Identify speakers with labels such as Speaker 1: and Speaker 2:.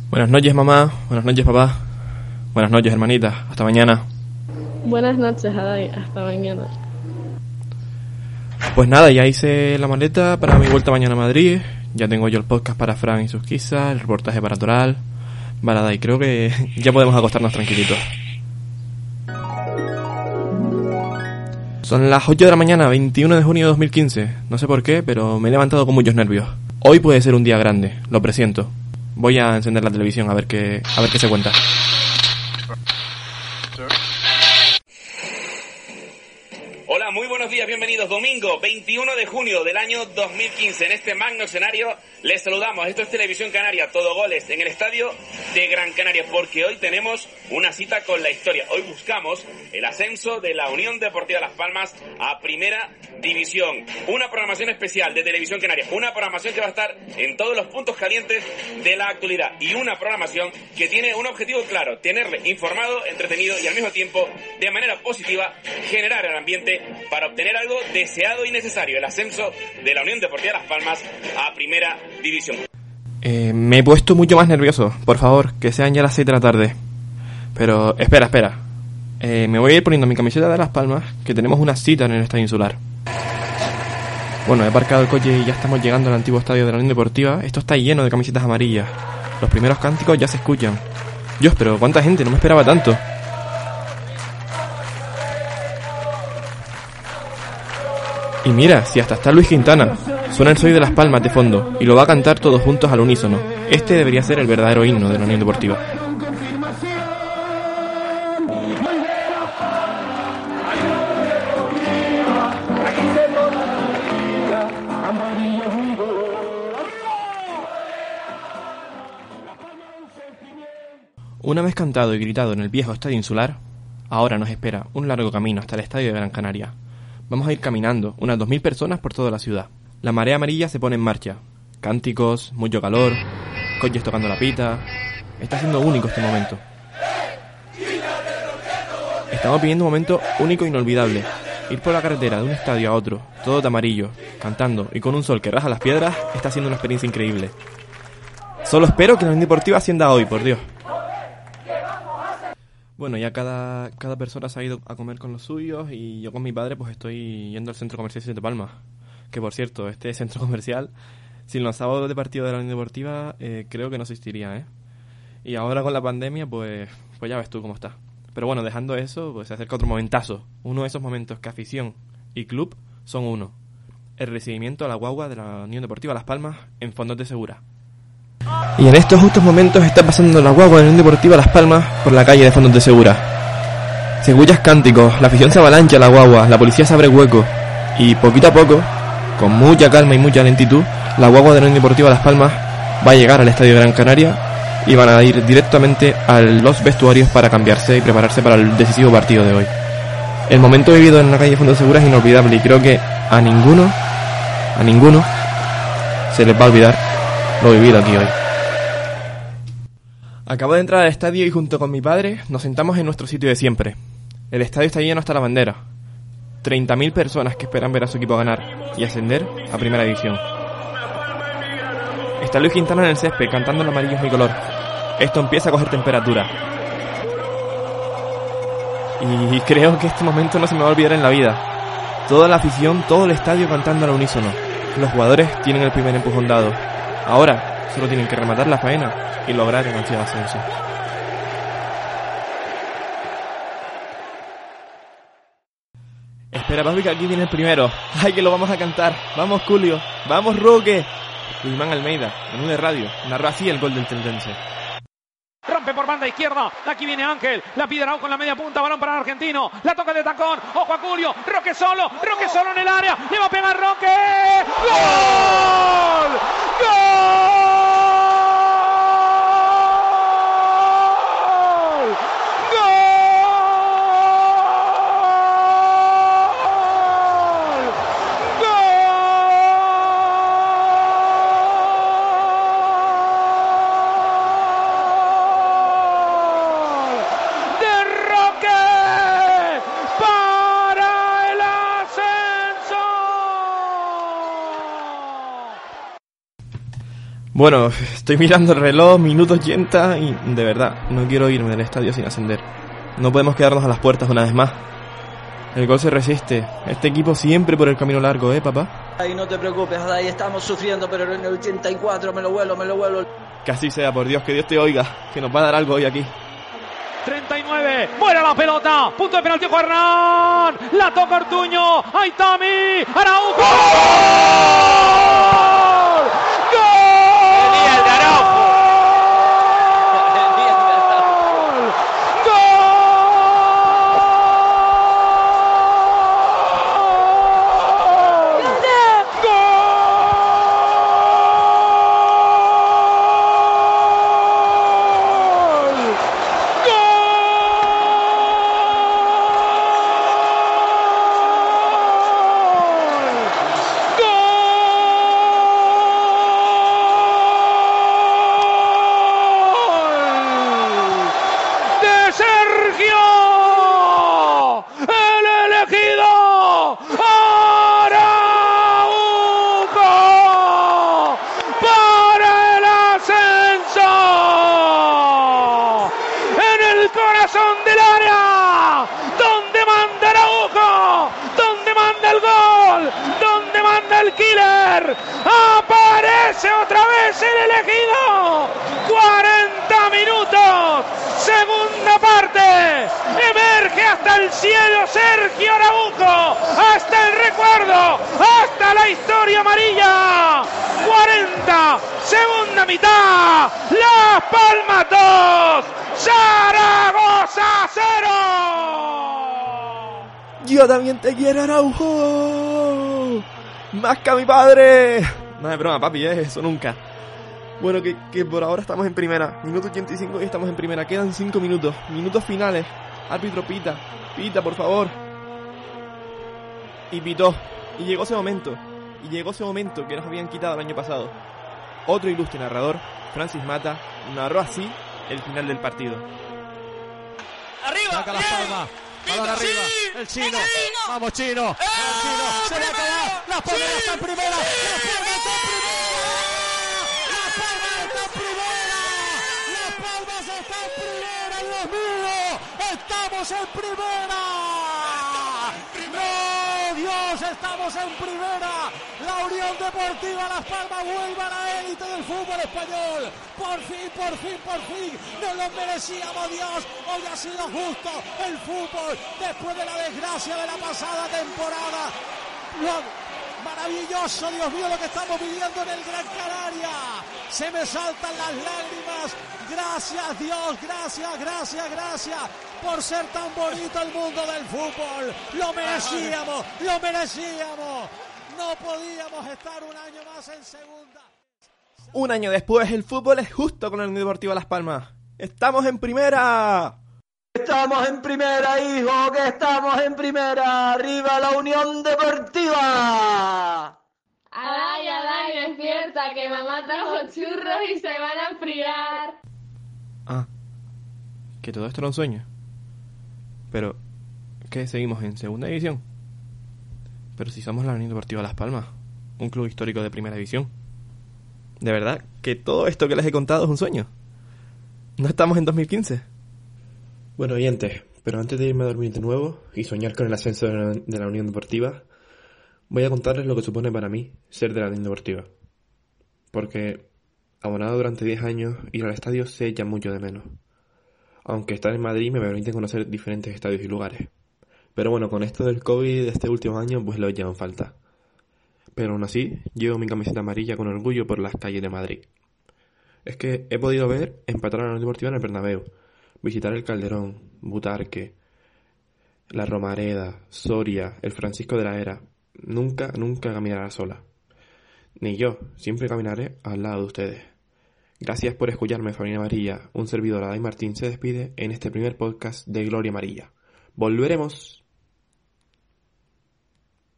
Speaker 1: Buenas noches, mamá. Buenas noches, papá. Buenas noches, hermanita. Hasta mañana.
Speaker 2: Buenas noches, Adai. Hasta mañana.
Speaker 1: Pues nada, ya hice la maleta para mi vuelta mañana a Madrid. Ya tengo yo el podcast para Fran y sus quizás, el reportaje para Toral. Vale, Adai, creo que ya podemos acostarnos tranquilitos. Son las 8 de la mañana, 21 de junio de 2015. No sé por qué, pero me he levantado con muchos nervios. Hoy puede ser un día grande, lo presiento. Voy a encender la televisión a ver qué se cuenta.
Speaker 3: Hola, muy buenos días, bienvenidos. Domingo 21 de junio del año 2015. En este magno escenario les saludamos. Esto es Televisión Canaria, todo goles en el estadio de Gran Canaria, porque hoy tenemos una cita con la historia. Hoy buscamos el ascenso de la Unión Deportiva Las Palmas a Primera División. Una programación especial de Televisión Canaria, una programación que va a estar en todos los puntos calientes de la actualidad y una programación que tiene un objetivo claro: tenerle informado, entretenido y al mismo tiempo, de manera positiva, generar el ambiente para obtener algo deseado y necesario: el ascenso de la Unión Deportiva Las Palmas a Primera División.
Speaker 1: Me he puesto mucho más nervioso. Por favor, que sean ya las 6 de la tarde. Pero espera. Me voy a ir poniendo mi camiseta de Las Palmas, que tenemos una cita en el Estadio Insular. Bueno, he aparcado el coche y ya estamos llegando al antiguo estadio de la Unión Deportiva. Esto está lleno de camisetas amarillas. Los primeros cánticos ya se escuchan. Dios, pero ¿cuánta gente? No me esperaba tanto. Y mira, si hasta está Luis Quintana. Suena el Soy de Las Palmas de fondo y lo va a cantar todos juntos al unísono. Este debería ser el verdadero himno de la Unión Deportiva. Una vez cantado y gritado en el viejo estadio insular, ahora nos espera un largo camino hasta el estadio de Gran Canaria. Vamos a ir caminando, unas 2000 personas por toda la ciudad. La marea amarilla se pone en marcha. Cánticos, mucho calor, coches tocando la pita. Está siendo único este momento. Estamos viviendo un momento único e inolvidable. Ir por la carretera de un estadio a otro, todo de amarillo, cantando y con un sol que raja las piedras, está siendo una experiencia increíble. Solo espero que la Unión Deportiva ascienda hoy, por Dios. Bueno, ya cada persona se ha ido a comer con los suyos y yo con mi padre pues estoy yendo al centro comercial Siete Palmas. Que por cierto, este centro comercial, sin los sábados de partido de la Unión Deportiva, creo que no existiría, ¿eh? Y ahora con la pandemia, pues ya ves tú cómo está. Pero bueno, dejando eso, pues se acerca otro momentazo. Uno de esos momentos que afición y club son uno. El recibimiento a la guagua de la Unión Deportiva Las Palmas en Fondos de Segura. Y en estos justos momentos está pasando la guagua de la Unión Deportiva Las Palmas por la calle de Fondos de Segura. Se escuchan cánticos, la afición se avalancha a la guagua, la policía se abre hueco. Y poquito a poco, con mucha calma y mucha lentitud, la guagua de la Unión Deportiva Las Palmas va a llegar al Estadio de Gran Canaria y van a ir directamente a los vestuarios para cambiarse y prepararse para el decisivo partido de hoy. El momento vivido en la calle de Fondos de Segura es inolvidable y creo que a ninguno se les va a olvidar lo vivido aquí hoy. Acabo de entrar al estadio y junto con mi padre nos sentamos en nuestro sitio de siempre. El estadio está lleno hasta la bandera. 30.000 personas que esperan ver a su equipo ganar y ascender a Primera División. Está Luis Quintana en el césped cantando El amarillo es mi color. Esto empieza a coger temperatura. Y creo que este momento no se me va a olvidar en la vida. Toda la afición, todo el estadio cantando al unísono. Los jugadores tienen el primer empujón dado. Ahora solo tienen que rematar la faena y lograr el ansiado ascenso. Espera, papi, que aquí viene el primero. ¡Ay, que lo vamos a cantar! ¡Vamos, Julio! ¡Vamos, Roque! Guzmán Almeida, en una radio, narró así el gol del Tendense.
Speaker 4: Rompe por banda izquierda, aquí viene Ángel, la pide Araujo con la media punta, balón para el argentino, la toca de tacón, ojo a Julio, Roque solo en el área, le va a pegar Roque, ¡gol! ¡Gol!
Speaker 1: Bueno, estoy mirando el reloj, minuto 80 y de verdad, no quiero irme del estadio sin ascender. No podemos quedarnos a las puertas una vez más. El gol se resiste. Este equipo siempre por el camino largo, papá.
Speaker 5: Ahí no te preocupes, ahí estamos sufriendo, pero en el 84 me lo vuelo.
Speaker 1: Que así sea, por Dios, que Dios te oiga, que nos va a dar algo hoy aquí.
Speaker 4: 39, muere la pelota, punto de penalti, Hernán, la toca Ortuño, Aitami, Araujo. ¡Gol!
Speaker 5: El de Araujo. Aparece otra vez el elegido. 40 minutos, segunda parte. Emerge hasta el cielo Sergio Araujo, hasta el recuerdo, hasta la historia amarilla. 40, segunda mitad. Las Palmas 2, Zaragoza 0.
Speaker 1: Yo también te quiero, Araujo. Más que a mi padre. No es broma, papi, eso nunca. Bueno, que por ahora estamos en primera. Minuto 85 y estamos en primera. Quedan 5 minutos. Minutos finales. Árbitro, pita. Pita, por favor. Y pitó. Y llegó ese momento. Que nos habían quitado el año pasado. Otro ilustre narrador, Francis Mata, narró así el final del partido.
Speaker 5: ¡Arriba!
Speaker 6: Saca las palmas. Balón arriba, el chino, vamos chino, el chino, se va a acabar, las palmas están en primera, las palmas están en primera, Dios mío, estamos en primera, no Dios, estamos en primera, la Unión Deportiva Las Palmas vuelve a la élite del fútbol español, por fin, nos lo merecíamos Dios, hoy ha sido justo el fútbol, después de la desgracia de la pasada temporada, maravilloso, Dios mío, lo que estamos viviendo en el Gran Canaria, se me saltan las lágrimas, gracias Dios, gracias, por ser tan bonito el mundo del fútbol, lo merecíamos, no podíamos estar un año más en segunda.
Speaker 1: Un año después, el fútbol es justo con el Unión Deportiva Las Palmas. ¡Estamos en primera!
Speaker 5: Estamos en primera, hijo, que estamos en primera. ¡Arriba la Unión Deportiva!
Speaker 2: Adai, despierta, que mamá trajo churros y se van a enfriar.
Speaker 1: Ah, que todo esto era un sueño. Pero, ¿qué? ¿Seguimos en segunda división? Pero si somos la Unión Deportiva Las Palmas, un club histórico de primera división. ¿De verdad que todo esto que les he contado es un sueño? ¿No estamos en 2015? Bueno, oyentes, pero antes de irme a dormir de nuevo y soñar con el ascenso de la Unión Deportiva, voy a contarles lo que supone para mí ser de la Unión Deportiva. Porque, abonado durante 10 años, ir al estadio se echa mucho de menos. Aunque estar en Madrid me permite conocer diferentes estadios y lugares. Pero bueno, con esto del COVID de este último año, pues lo he echado en falta. Pero aún así, llevo mi camiseta amarilla con orgullo por las calles de Madrid. Es que he podido ver empatar a la Unión Deportiva en el Bernabéu, visitar el Calderón, Butarque, la Romareda, Soria, el Francisco de la Era. Nunca caminaré sola. Ni yo, siempre caminaré al lado de ustedes. Gracias por escucharme, familia amarilla. Un servidor, Adai Martín, se despide en este primer podcast de Gloria Amarilla. ¡Volveremos!